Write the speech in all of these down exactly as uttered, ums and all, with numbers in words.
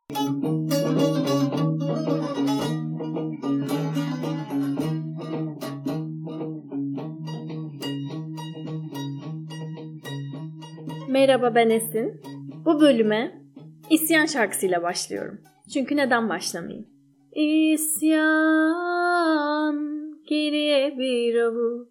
Merhaba, ben Esin. Bu bölüme İsyan şarkısıyla başlıyorum. Çünkü neden başlamayayım? İsyan, geriye bir avuç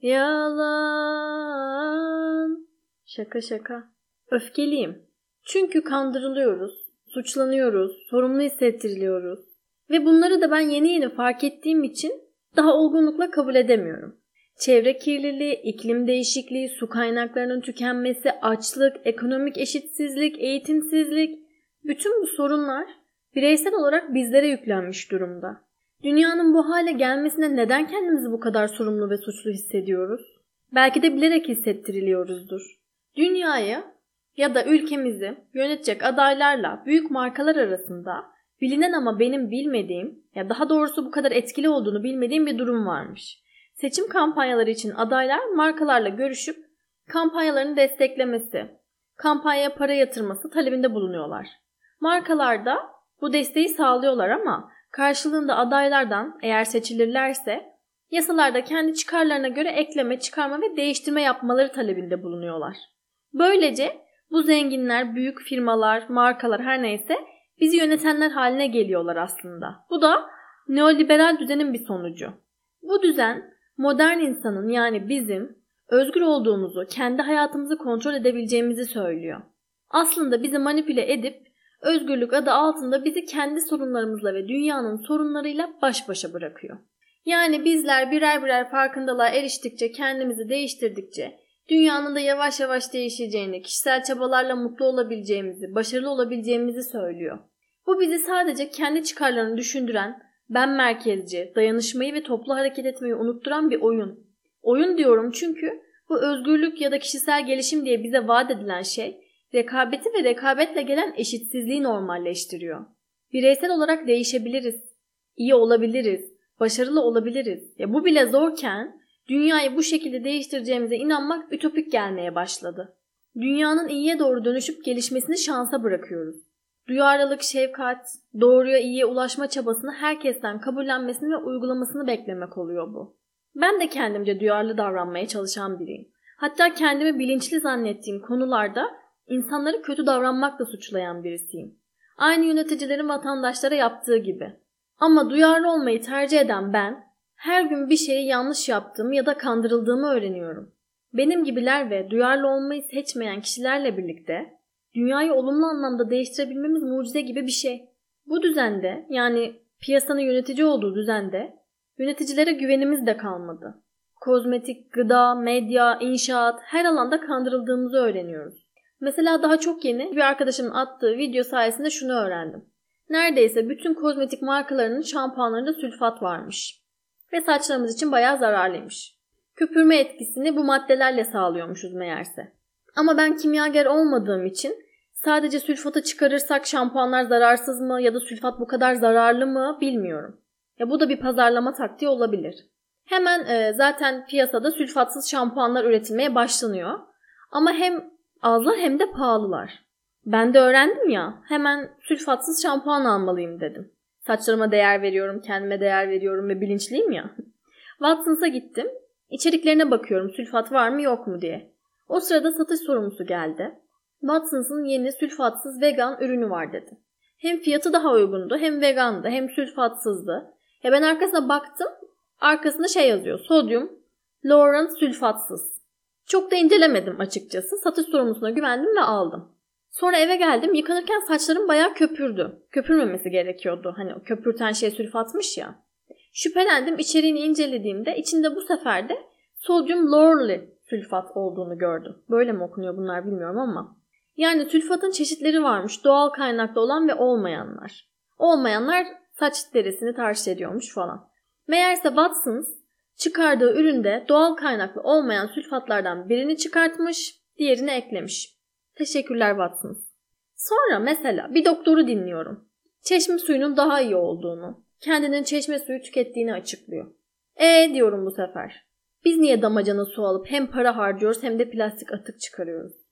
yalan. Şaka şaka. Öfkeliyim. Çünkü kandırılıyoruz, suçlanıyoruz, sorumlu hissettiriliyoruz. Ve bunları da ben yeni yeni fark ettiğim için daha olgunlukla kabul edemiyorum. Çevre kirliliği, iklim değişikliği, su kaynaklarının tükenmesi, açlık, ekonomik eşitsizlik, eğitimsizlik, bütün bu sorunlar bireysel olarak bizlere yüklenmiş durumda. Dünyanın bu hale gelmesine neden kendimizi bu kadar sorumlu ve suçlu hissediyoruz? Belki de bilerek hissettiriliyoruzdur. Dünyayı ya da ülkemizi yönetecek adaylarla büyük markalar arasında bilinen ama benim bilmediğim, ya daha doğrusu bu kadar etkili olduğunu bilmediğim bir durum varmış. Seçim kampanyaları için adaylar markalarla görüşüp kampanyalarını desteklemesi, kampanyaya para yatırması talebinde bulunuyorlar. Markalar da bu desteği sağlıyorlar ama karşılığında adaylardan eğer seçilirlerse yasalarda kendi çıkarlarına göre ekleme, çıkarma ve değiştirme yapmaları talebinde bulunuyorlar. Böylece bu zenginler, büyük firmalar, markalar her neyse bizi yönetenler haline geliyorlar aslında. Bu da neoliberal düzenin bir sonucu. Bu düzen modern insanın, yani bizim özgür olduğumuzu, kendi hayatımızı kontrol edebileceğimizi söylüyor. Aslında bizi manipüle edip özgürlük adı altında bizi kendi sorunlarımızla ve dünyanın sorunlarıyla baş başa bırakıyor. Yani bizler birer birer farkındalığa eriştikçe, kendimizi değiştirdikçe dünyanın da yavaş yavaş değişeceğini, kişisel çabalarla mutlu olabileceğimizi, başarılı olabileceğimizi söylüyor. Bu bizi sadece kendi çıkarlarını düşündüren, ben merkezci, dayanışmayı ve toplu hareket etmeyi unutturan bir oyun. Oyun diyorum çünkü bu özgürlük ya da kişisel gelişim diye bize vaat edilen şey, rekabeti ve rekabetle gelen eşitsizliği normalleştiriyor. Bireysel olarak değişebiliriz, iyi olabiliriz, başarılı olabiliriz. Ya bu bile zorken dünyayı bu şekilde değiştireceğimize inanmak ütopik gelmeye başladı. Dünyanın iyiye doğru dönüşüp gelişmesini şansa bırakıyoruz. Duyarlılık, şefkat, doğruya, iyiye ulaşma çabasını herkesten kabullenmesini ve uygulamasını beklemek oluyor bu. Ben de kendimce duyarlı davranmaya çalışan biriyim. Hatta kendimi bilinçli zannettiğim konularda insanları kötü davranmakla suçlayan birisiyim. Aynı yöneticilerin vatandaşlara yaptığı gibi. Ama duyarlı olmayı tercih eden ben, her gün bir şeyi yanlış yaptığımı ya da kandırıldığımı öğreniyorum. Benim gibiler ve duyarlı olmayı seçmeyen kişilerle birlikte dünyayı olumlu anlamda değiştirebilmemiz mucize gibi bir şey. Bu düzende, yani piyasanın yönetici olduğu düzende yöneticilere güvenimiz de kalmadı. Kozmetik, gıda, medya, inşaat her alanda kandırıldığımızı öğreniyoruz. Mesela daha çok yeni bir arkadaşımın attığı video sayesinde şunu öğrendim. Neredeyse bütün kozmetik markalarının şampuanlarında sülfat varmış. Ve saçlarımız için bayağı zararlıymış. Köpürme etkisini bu maddelerle sağlıyormuşuz meğerse. Ama ben kimyager olmadığım için sadece sülfatı çıkarırsak şampuanlar zararsız mı ya da sülfat bu kadar zararlı mı bilmiyorum. Ya bu da bir pazarlama taktiği olabilir. Hemen e, zaten piyasada sülfatsız şampuanlar üretilmeye başlanıyor. Ama hem azlar hem de pahalılar. Ben de öğrendim ya, hemen sülfatsız şampuan almalıyım dedim. Saçlarıma değer veriyorum, kendime değer veriyorum ve bilinçliyim ya. Watsons'a gittim. İçeriklerine bakıyorum sülfat var mı yok mu diye. O sırada satış sorumlusu geldi. Watsons'ın yeni sülfatsız vegan ürünü var dedi. Hem fiyatı daha uygundu, hem vegandı, hem sülfatsızdı. Ya ben arkasına baktım, arkasında şey yazıyor, sodyum lauryl sülfatsız. Çok da incelemedim açıkçası. Satış sorumlusuna güvendim ve aldım. Sonra eve geldim, yıkanırken saçlarım bayağı köpürdü. Köpürmemesi gerekiyordu. Hani o köpürten şey sülfatmış ya. Şüphelendim, içeriğini incelediğimde içinde bu sefer de sodyum lauryl sülfat olduğunu gördüm. Böyle mi okunuyor bunlar bilmiyorum ama. Yani sülfatın çeşitleri varmış, doğal kaynaklı olan ve olmayanlar. Olmayanlar saç derisini tahriş ediyormuş falan. Meğerse Watsons çıkardığı üründe doğal kaynaklı olmayan sülfatlardan birini çıkartmış, diğerini eklemiş. Teşekkürler Watsons. Sonra mesela bir doktoru dinliyorum. Çeşme suyunun daha iyi olduğunu, kendinin çeşme suyu tükettiğini açıklıyor. E diyorum bu sefer. Biz niye damacana su alıp hem para harcıyoruz hem de plastik atık çıkarıyoruz?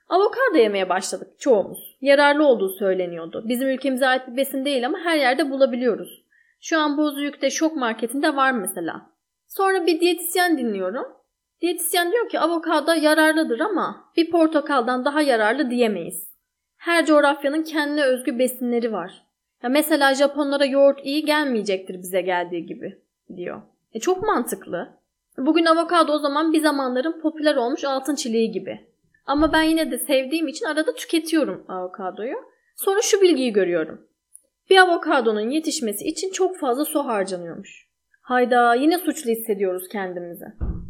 Avokado yemeye başladık çoğumuz. Yararlı olduğu söyleniyordu. Bizim ülkemize ait bir besin değil ama her yerde bulabiliyoruz. Şu an Bozüyük'te Şok Market'inde var mesela. Sonra bir diyetisyen dinliyorum. Diyetisyen diyor ki avokado yararlıdır ama bir portakaldan daha yararlı diyemeyiz. Her coğrafyanın kendine özgü besinleri var. Ya mesela Japonlara yoğurt iyi gelmeyecektir bize geldiği gibi diyor. E çok mantıklı. Bugün avokado o zaman bir zamanların popüler olmuş altın çileği gibi. Ama ben yine de sevdiğim için arada tüketiyorum avokadoyu. Sonra şu bilgiyi görüyorum. Bir avokadonun yetişmesi için çok fazla su harcanıyormuş. Hayda, yine suçlu hissediyoruz kendimizi.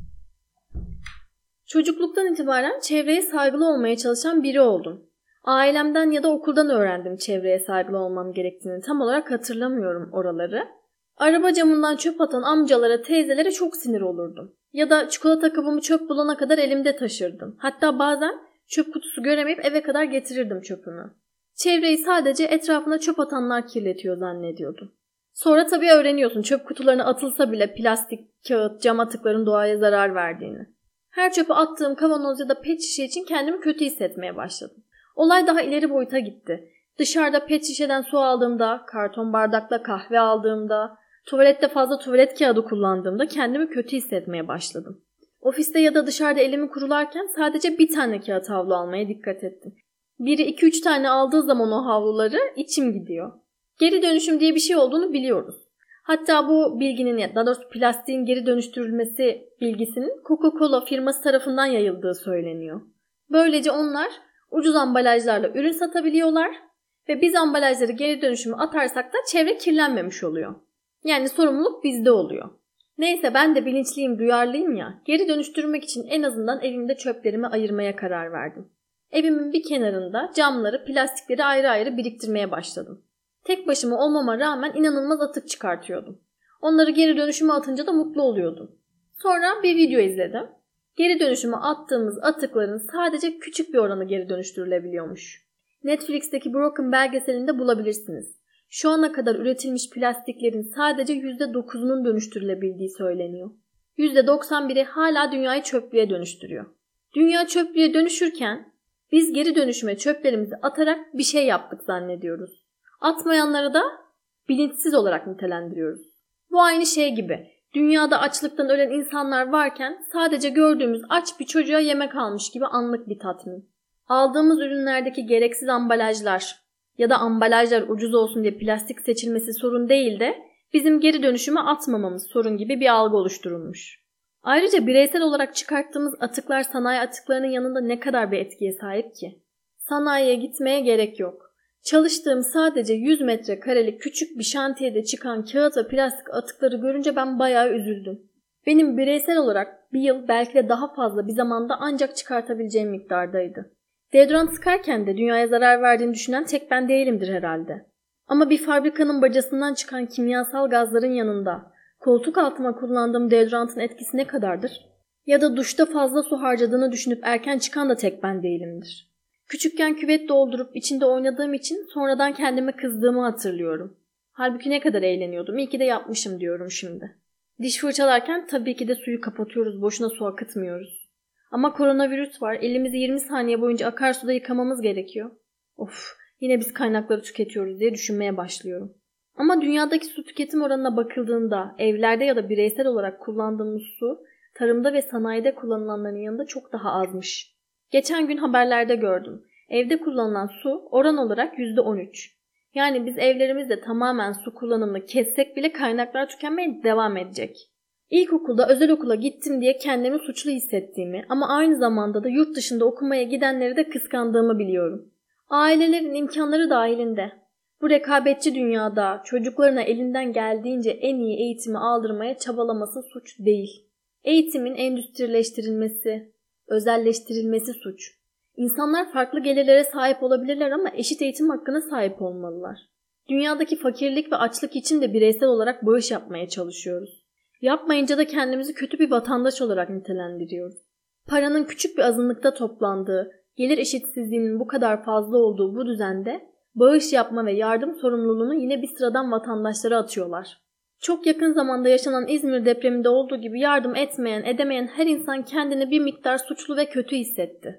Çocukluktan itibaren çevreye saygılı olmaya çalışan biri oldum. Ailemden ya da okuldan öğrendim çevreye saygılı olmam gerektiğini. Tam olarak hatırlamıyorum oraları. Araba camından çöp atan amcalara, teyzelere çok sinir olurdum. Ya da çikolata kabımı çöp bulana kadar elimde taşırdım. Hatta bazen çöp kutusu göremeyip eve kadar getirirdim çöpümü. Çevreyi sadece etrafına çöp atanlar kirletiyor zannediyordum. Sonra tabii öğreniyorsun çöp kutularına atılsa bile plastik, kağıt, cam atıkların doğaya zarar verdiğini. Her çöpe attığım kavanoz ya da pet şişe için kendimi kötü hissetmeye başladım. Olay daha ileri boyuta gitti. Dışarıda pet şişeden su aldığımda, karton bardakla kahve aldığımda, tuvalette fazla tuvalet kağıdı kullandığımda kendimi kötü hissetmeye başladım. Ofiste ya da dışarıda elimi kurularken sadece bir tane kağıt havlu almaya dikkat ettim. Biri iki üç tane aldığı zaman o havluları içim gidiyor. Geri dönüşüm diye bir şey olduğunu biliyoruz. Hatta bu bilginin, daha doğrusu plastiğin geri dönüştürülmesi bilgisinin Coca-Cola firması tarafından yayıldığı söyleniyor. Böylece onlar ucuz ambalajlarla ürün satabiliyorlar ve biz ambalajları geri dönüşüme atarsak da çevre kirlenmemiş oluyor. Yani sorumluluk bizde oluyor. Neyse ben de bilinçliyim, duyarlıyım ya. Geri dönüştürmek için en azından evimde çöplerimi ayırmaya karar verdim. Evimin bir kenarında camları, plastikleri ayrı ayrı biriktirmeye başladım. Tek başıma olmama rağmen inanılmaz atık çıkartıyordum. Onları geri dönüşüme atınca da mutlu oluyordum. Sonra bir video izledim. Geri dönüşüme attığımız atıkların sadece küçük bir oranı geri dönüştürülebiliyormuş. Netflix'teki Broken belgeselinde bulabilirsiniz. Şu ana kadar üretilmiş plastiklerin sadece yüzde dokuzunun dönüştürülebildiği söyleniyor. yüzde doksan biri hala dünyayı çöplüğe dönüştürüyor. Dünya çöplüğe dönüşürken biz geri dönüşüme çöplerimizi atarak bir şey yaptık zannediyoruz. Atmayanları da bilinçsiz olarak nitelendiriyoruz. Bu aynı şey gibi. Dünyada açlıktan ölen insanlar varken sadece gördüğümüz aç bir çocuğa yemek almış gibi anlık bir tatmin. Aldığımız ürünlerdeki gereksiz ambalajlar ya da ambalajlar ucuz olsun diye plastik seçilmesi sorun değil de bizim geri dönüşüme atmamamız sorun gibi bir algı oluşturulmuş. Ayrıca bireysel olarak çıkarttığımız atıklar sanayi atıklarının yanında ne kadar bir etkiye sahip ki? Sanayiye gitmeye gerek yok. Çalıştığım sadece yüz metrekarelik küçük bir şantiyede çıkan kağıt ve plastik atıkları görünce ben bayağı üzüldüm. Benim bireysel olarak bir yıl belki de daha fazla bir zamanda ancak çıkartabileceğim miktardaydı. Deodorant sıkarken de dünyaya zarar verdiğini düşünen tek ben değilimdir herhalde. Ama bir fabrikanın bacasından çıkan kimyasal gazların yanında koltuk altıma kullandığım deodorantın etkisi ne kadardır? Ya da duşta fazla su harcadığını düşünüp erken çıkan da tek ben değilimdir. Küçükken küvet doldurup içinde oynadığım için sonradan kendime kızdığımı hatırlıyorum. Halbuki ne kadar eğleniyordum. İyi ki de yapmışım diyorum şimdi. Diş fırçalarken tabii ki de suyu kapatıyoruz. Boşuna su akıtmıyoruz. Ama koronavirüs var. Elimizi yirmi saniye boyunca akarsuda yıkamamız gerekiyor. Of, yine biz kaynakları tüketiyoruz diye düşünmeye başlıyorum. Ama dünyadaki su tüketim oranına bakıldığında evlerde ya da bireysel olarak kullandığımız su tarımda ve sanayide kullanılanların yanında çok daha azmış. Geçen gün haberlerde gördüm. Evde kullanılan su oran olarak yüzde on üç. Yani biz evlerimizde tamamen su kullanımını kessek bile kaynaklar tükenmeye devam edecek. İlkokulda özel okula gittim diye kendimi suçlu hissettiğimi ama aynı zamanda da yurt dışında okumaya gidenleri de kıskandığımı biliyorum. Ailelerin imkanları dahilinde bu rekabetçi dünyada çocuklarına elinden geldiğince en iyi eğitimi aldırmaya çabalaması suç değil. Eğitimin endüstrileştirilmesi, özelleştirilmesi suç. İnsanlar farklı gelirlere sahip olabilirler ama eşit eğitim hakkına sahip olmalılar. Dünyadaki fakirlik ve açlık için de bireysel olarak bağış yapmaya çalışıyoruz. Yapmayınca da kendimizi kötü bir vatandaş olarak nitelendiriyoruz. Paranın küçük bir azınlıkta toplandığı, gelir eşitsizliğinin bu kadar fazla olduğu bu düzende bağış yapma ve yardım sorumluluğunu yine bir sıradan vatandaşlara atıyorlar. Çok yakın zamanda yaşanan İzmir depreminde olduğu gibi yardım etmeyen, edemeyen her insan kendini bir miktar suçlu ve kötü hissetti.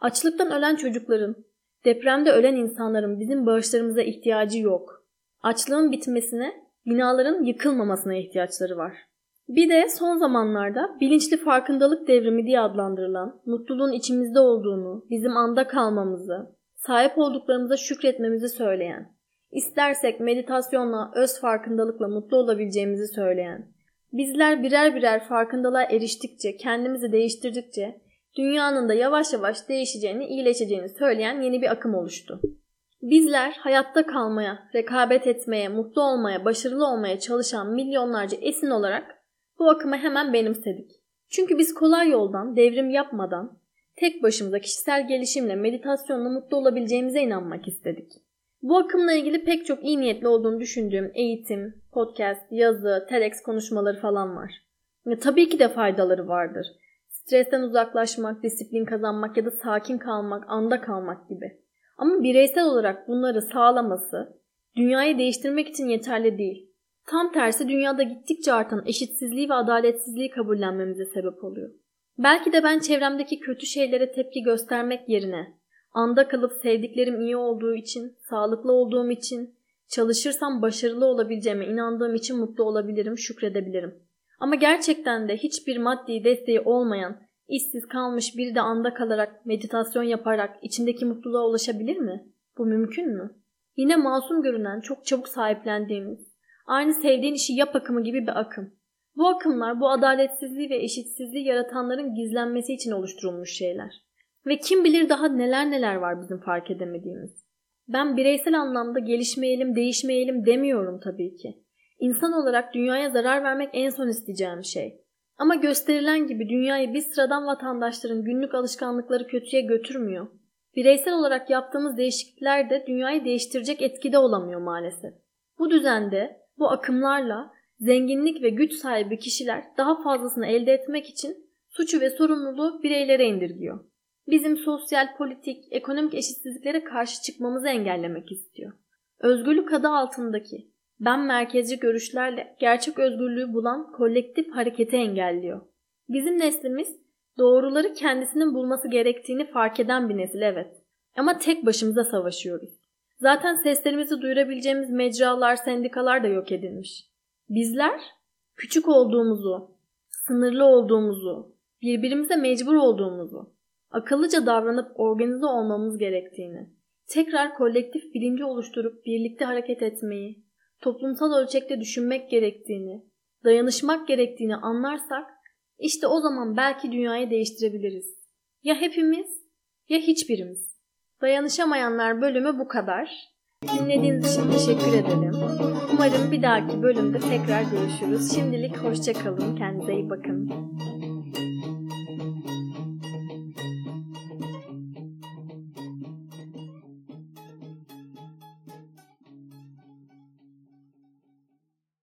Açlıktan ölen çocukların, depremde ölen insanların bizim bağışlarımıza ihtiyacı yok. Açlığın bitmesine, binaların yıkılmamasına ihtiyaçları var. Bir de son zamanlarda bilinçli farkındalık devrimi diye adlandırılan, mutluluğun içimizde olduğunu, bizim anda kalmamızı, sahip olduklarımıza şükretmemizi söyleyen, istersek meditasyonla, öz farkındalıkla mutlu olabileceğimizi söyleyen, bizler birer birer farkındalığa eriştikçe, kendimizi değiştirdikçe, dünyanın da yavaş yavaş değişeceğini, iyileşeceğini söyleyen yeni bir akım oluştu. Bizler hayatta kalmaya, rekabet etmeye, mutlu olmaya, başarılı olmaya çalışan milyonlarca esin olarak bu akımı hemen benimsedik. Çünkü biz kolay yoldan, devrim yapmadan, tek başımıza kişisel gelişimle, meditasyonla mutlu olabileceğimize inanmak istedik. Bu akımla ilgili pek çok iyi niyetli olduğunu düşündüğüm eğitim, podcast, yazı, TEDx konuşmaları falan var. Ve tabii ki de faydaları vardır. Stresten uzaklaşmak, disiplin kazanmak ya da sakin kalmak, anda kalmak gibi. Ama bireysel olarak bunları sağlaması, dünyayı değiştirmek için yeterli değil. Tam tersi dünyada gittikçe artan eşitsizliği ve adaletsizliği kabullenmemize sebep oluyor. Belki de ben çevremdeki kötü şeylere tepki göstermek yerine, anda kalıp sevdiklerim iyi olduğu için, sağlıklı olduğum için, çalışırsam başarılı olabileceğime inandığım için mutlu olabilirim, şükredebilirim. Ama gerçekten de hiçbir maddi desteği olmayan, işsiz kalmış biri de anda kalarak, meditasyon yaparak içindeki mutluluğa ulaşabilir mi? Bu mümkün mü? Yine masum görünen, çok çabuk sahiplendiğimiz, aynı sevdiğin işi yap akımı gibi bir akım. Bu akımlar bu adaletsizliği ve eşitsizliği yaratanların gizlenmesi için oluşturulmuş şeyler. Ve kim bilir daha neler neler var bizim fark edemediğimiz. Ben bireysel anlamda gelişmeyelim, değişmeyelim demiyorum tabii ki. İnsan olarak dünyaya zarar vermek en son isteyeceğim şey. Ama gösterilen gibi dünyayı biz sıradan vatandaşların günlük alışkanlıkları kötüye götürmüyor. Bireysel olarak yaptığımız değişiklikler de dünyayı değiştirecek etkide olamıyor maalesef. Bu düzende, bu akımlarla zenginlik ve güç sahibi kişiler daha fazlasını elde etmek için suçu ve sorumluluğu bireylere indirgiyor. Bizim sosyal, politik, ekonomik eşitsizliklere karşı çıkmamızı engellemek istiyor. Özgürlük adı altındaki ben merkezci görüşlerle gerçek özgürlüğü bulan kolektif hareketi engelliyor. Bizim neslimiz doğruları kendisinin bulması gerektiğini fark eden bir nesil, evet. Ama tek başımıza savaşıyoruz. Zaten seslerimizi duyurabileceğimiz mecralar, sendikalar da yok edilmiş. Bizler küçük olduğumuzu, sınırlı olduğumuzu, birbirimize mecbur olduğumuzu, akıllıca davranıp organize olmamız gerektiğini, tekrar kolektif bilinci oluşturup birlikte hareket etmeyi, toplumsal ölçekte düşünmek gerektiğini, dayanışmak gerektiğini anlarsak, işte o zaman belki dünyayı değiştirebiliriz. Ya hepimiz ya hiçbirimiz. Dayanışamayanlar bölümü bu kadar. Dinlediğiniz için teşekkür ederim. Umarım bir dahaki bölümde tekrar görüşürüz. Şimdilik hoşça kalın. Kendinize iyi bakın.